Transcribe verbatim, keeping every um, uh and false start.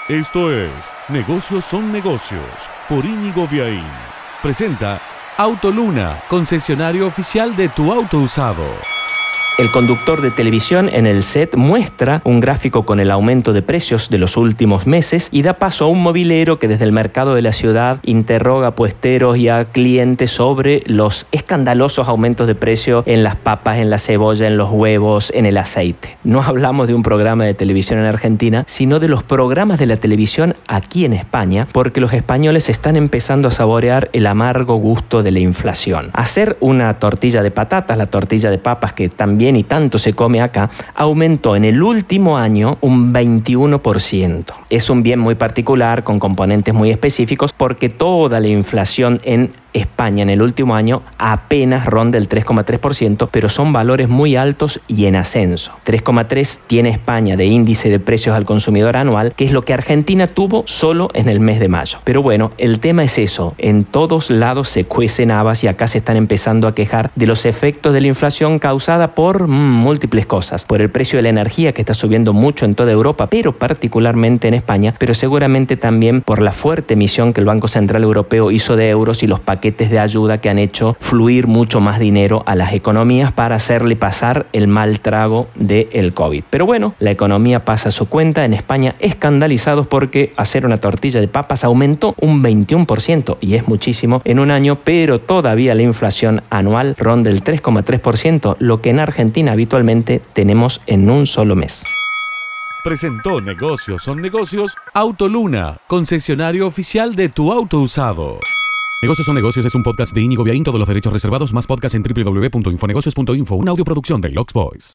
Esto es Negocios son Negocios, por Íñigo Viaín. Presenta Autoluna, concesionario oficial de tu auto usado. El conductor de televisión en el set muestra un gráfico con el aumento de precios de los últimos meses y da paso a un movilero que desde el mercado de la ciudad interroga a puesteros y a clientes sobre los escandalosos aumentos de precio en las papas, en la cebolla, en los huevos, en el aceite. No hablamos de un programa de televisión en Argentina, sino de los programas de la televisión aquí en España, porque los españoles están empezando a saborear el amargo gusto de la inflación. Hacer una tortilla de patatas, la tortilla de papas que también y tanto se come acá, aumentó en el último año un veintiuno por ciento. Es un bien muy particular con componentes muy específicos porque toda la inflación en España en el último año apenas ronda el tres coma tres por ciento, pero son valores muy altos y en ascenso. tres coma tres tiene España de índice de precios al consumidor anual, que es lo que Argentina tuvo solo en el mes de mayo. Pero bueno, el tema es eso, en todos lados se cuecen habas y acá se están empezando a quejar de los efectos de la inflación causada por mmm, múltiples cosas, por el precio de la energía que está subiendo mucho en toda Europa, pero particularmente en España, pero seguramente también por la fuerte emisión que el Banco Central Europeo hizo de euros y los paquetes de ayuda que han hecho fluir mucho más dinero a las economías para hacerle pasar el mal trago del COVID. Pero bueno, la economía pasa su cuenta. En España escandalizados porque hacer una tortilla de papas aumentó un veintiuno por ciento y es muchísimo en un año, pero todavía la inflación anual ronda el tres coma tres por ciento, lo que en Argentina habitualmente tenemos en un solo mes. Presentó Negocios son Negocios, Autoluna, concesionario oficial de tu auto usado. Negocios son Negocios es un podcast de Íñigo Viaín, todos los derechos reservados, más podcast en doble u doble u doble u punto infonegocios punto info, una audioproducción de Lox Boys.